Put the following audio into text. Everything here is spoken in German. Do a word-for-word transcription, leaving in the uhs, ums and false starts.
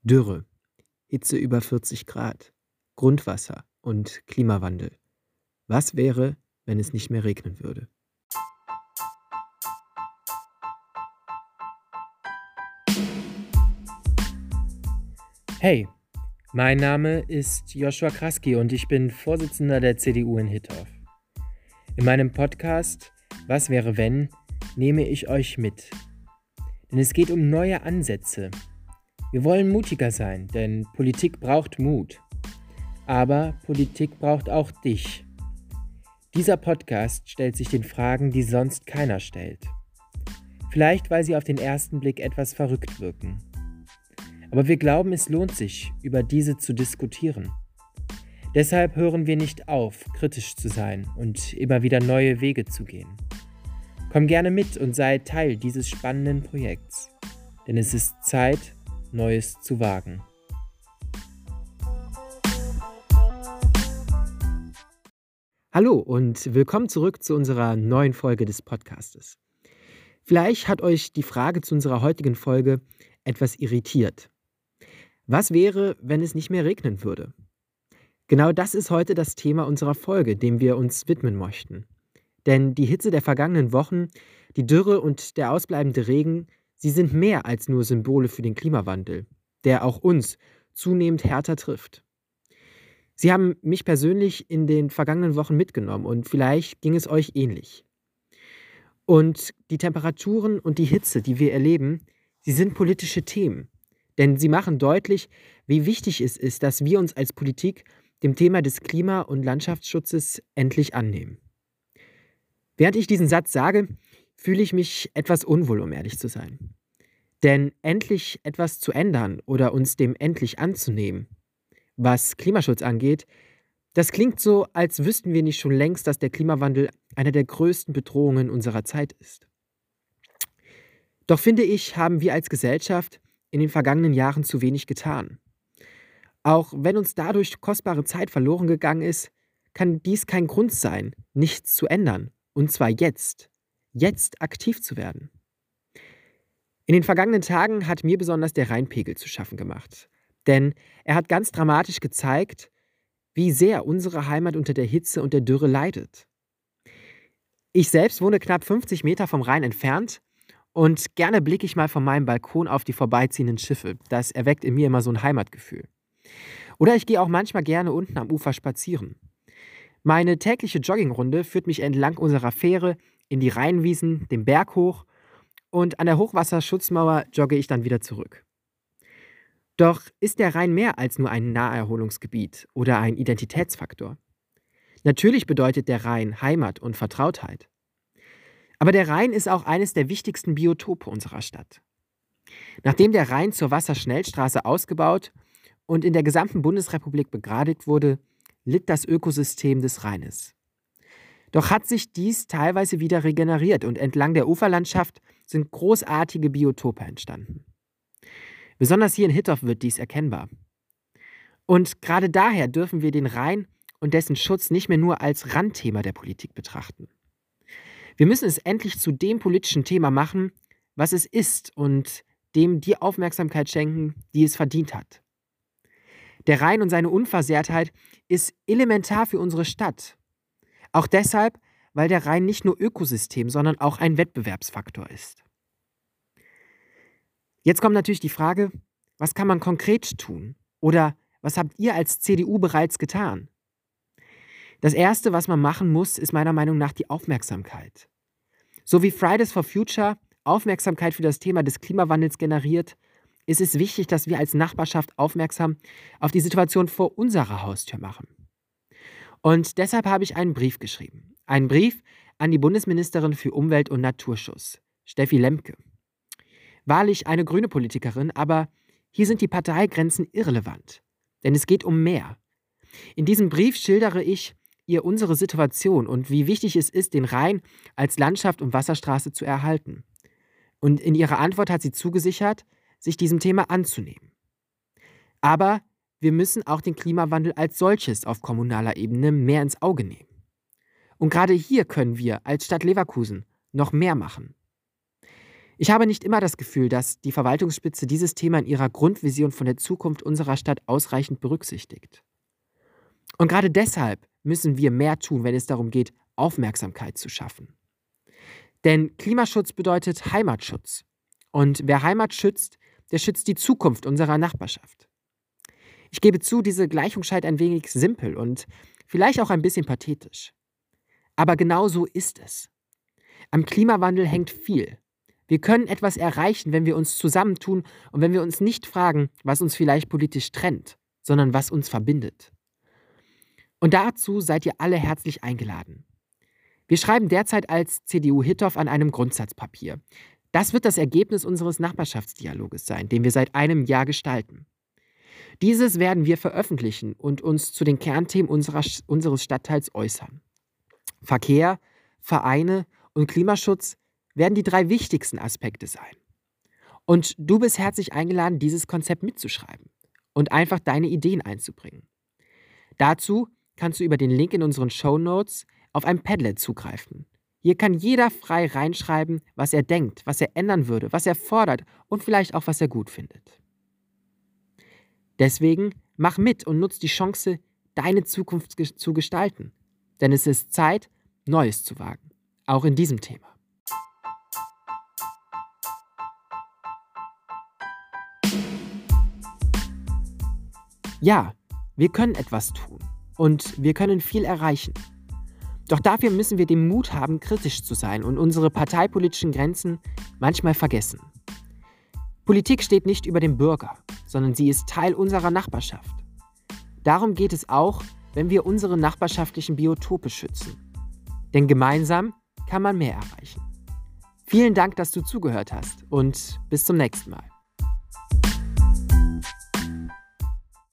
Dürre, Hitze über vierzig Grad, Grundwasser und Klimawandel. Was wäre, wenn es nicht mehr regnen würde? Hey, mein Name ist Joshua Kraski und ich bin Vorsitzender der C D U in Hittorf. In meinem Podcast Was wäre wenn nehme ich euch mit. Denn es geht um neue Ansätze. Wir wollen mutiger sein, denn Politik braucht Mut. Aber Politik braucht auch dich. Dieser Podcast stellt sich den Fragen, die sonst keiner stellt. Vielleicht, weil sie auf den ersten Blick etwas verrückt wirken. Aber wir glauben, es lohnt sich, über diese zu diskutieren. Deshalb hören wir nicht auf, kritisch zu sein und immer wieder neue Wege zu gehen. Komm gerne mit und sei Teil dieses spannenden Projekts. Denn es ist Zeit, Neues zu wagen. Hallo und willkommen zurück zu unserer neuen Folge des Podcastes. Vielleicht hat euch die Frage zu unserer heutigen Folge etwas irritiert. Was wäre, wenn es nicht mehr regnen würde? Genau das ist heute das Thema unserer Folge, dem wir uns widmen möchten. Denn die Hitze der vergangenen Wochen, die Dürre und der ausbleibende Regen, sie sind mehr als nur Symbole für den Klimawandel, der auch uns zunehmend härter trifft. Sie haben mich persönlich in den vergangenen Wochen mitgenommen und vielleicht ging es euch ähnlich. Und die Temperaturen und die Hitze, die wir erleben, sie sind politische Themen. Denn sie machen deutlich, wie wichtig es ist, dass wir uns als Politik dem Thema des Klima- und Landschaftsschutzes endlich annehmen. Während ich diesen Satz sage, fühle ich mich etwas unwohl, um ehrlich zu sein. Denn endlich etwas zu ändern oder uns dem endlich anzunehmen, was Klimaschutz angeht, das klingt so, als wüssten wir nicht schon längst, dass der Klimawandel eine der größten Bedrohungen unserer Zeit ist. Doch finde ich, haben wir als Gesellschaft in den vergangenen Jahren zu wenig getan. Auch wenn uns dadurch kostbare Zeit verloren gegangen ist, kann dies kein Grund sein, nichts zu ändern. Und zwar jetzt. Jetzt aktiv zu werden. In den vergangenen Tagen hat mir besonders der Rheinpegel zu schaffen gemacht. Denn er hat ganz dramatisch gezeigt, wie sehr unsere Heimat unter der Hitze und der Dürre leidet. Ich selbst wohne knapp fünfzig Meter vom Rhein entfernt. Und gerne blicke ich mal von meinem Balkon auf die vorbeiziehenden Schiffe. Das erweckt in mir immer so ein Heimatgefühl. Oder ich gehe auch manchmal gerne unten am Ufer spazieren. Meine tägliche Joggingrunde führt mich entlang unserer Fähre in die Rheinwiesen, den Berg hoch und an der Hochwasserschutzmauer jogge ich dann wieder zurück. Doch ist der Rhein mehr als nur ein Naherholungsgebiet oder ein Identitätsfaktor? Natürlich bedeutet der Rhein Heimat und Vertrautheit. Aber der Rhein ist auch eines der wichtigsten Biotope unserer Stadt. Nachdem der Rhein zur Wasserschnellstraße ausgebaut und in der gesamten Bundesrepublik begradigt wurde, litt das Ökosystem des Rheines. Doch hat sich dies teilweise wieder regeneriert und entlang der Uferlandschaft sind großartige Biotope entstanden. Besonders hier in Hittorf wird dies erkennbar. Und gerade daher dürfen wir den Rhein und dessen Schutz nicht mehr nur als Randthema der Politik betrachten. Wir müssen es endlich zu dem politischen Thema machen, was es ist und dem die Aufmerksamkeit schenken, die es verdient hat. Der Rhein und seine Unversehrtheit ist elementar für unsere Stadt. Auch deshalb, weil der Rhein nicht nur Ökosystem, sondern auch ein Wettbewerbsfaktor ist. Jetzt kommt natürlich die Frage, was kann man konkret tun? Oder was habt ihr als C D U bereits getan? Das Erste, was man machen muss, ist meiner Meinung nach die Aufmerksamkeit. So wie Fridays for Future Aufmerksamkeit für das Thema des Klimawandels generiert, ist es wichtig, dass wir als Nachbarschaft aufmerksam auf die Situation vor unserer Haustür machen. Und deshalb habe ich einen Brief geschrieben. Einen Brief an die Bundesministerin für Umwelt und Naturschutz, Steffi Lemke. Wahrlich eine grüne Politikerin, aber hier sind die Parteigrenzen irrelevant. Denn es geht um mehr. In diesem Brief schildere ich ihr unsere Situation und wie wichtig es ist, den Rhein als Landschaft und Wasserstraße zu erhalten. Und in ihrer Antwort hat sie zugesichert, sich diesem Thema anzunehmen. Aber wir müssen auch den Klimawandel als solches auf kommunaler Ebene mehr ins Auge nehmen. Und gerade hier können wir als Stadt Leverkusen noch mehr machen. Ich habe nicht immer das Gefühl, dass die Verwaltungsspitze dieses Thema in ihrer Grundvision von der Zukunft unserer Stadt ausreichend berücksichtigt. Und gerade deshalb müssen wir mehr tun, wenn es darum geht, Aufmerksamkeit zu schaffen. Denn Klimaschutz bedeutet Heimatschutz. Und wer Heimat schützt, der schützt die Zukunft unserer Nachbarschaft. Ich gebe zu, diese Gleichung scheint ein wenig simpel und vielleicht auch ein bisschen pathetisch. Aber genau so ist es. Am Klimawandel hängt viel. Wir können etwas erreichen, wenn wir uns zusammentun und wenn wir uns nicht fragen, was uns vielleicht politisch trennt, sondern was uns verbindet. Und dazu seid ihr alle herzlich eingeladen. Wir schreiben derzeit als C D U Hittorf an einem Grundsatzpapier. Das wird das Ergebnis unseres Nachbarschaftsdialoges sein, den wir seit einem Jahr gestalten. Dieses werden wir veröffentlichen und uns zu den Kernthemen unserer, unseres Stadtteils äußern. Verkehr, Vereine und Klimaschutz werden die drei wichtigsten Aspekte sein. Und du bist herzlich eingeladen, dieses Konzept mitzuschreiben und einfach deine Ideen einzubringen. Dazu kannst du über den Link in unseren Shownotes auf ein Padlet zugreifen. Hier kann jeder frei reinschreiben, was er denkt, was er ändern würde, was er fordert und vielleicht auch, was er gut findet. Deswegen mach mit und nutz die Chance, deine Zukunft ge- zu gestalten. Denn es ist Zeit, Neues zu wagen, auch in diesem Thema. Ja, wir können etwas tun und wir können viel erreichen. Doch dafür müssen wir den Mut haben, kritisch zu sein und unsere parteipolitischen Grenzen manchmal vergessen. Politik steht nicht über dem Bürger, sondern sie ist Teil unserer Nachbarschaft. Darum geht es auch, wenn wir unsere nachbarschaftlichen Biotope schützen. Denn gemeinsam kann man mehr erreichen. Vielen Dank, dass du zugehört hast und bis zum nächsten Mal.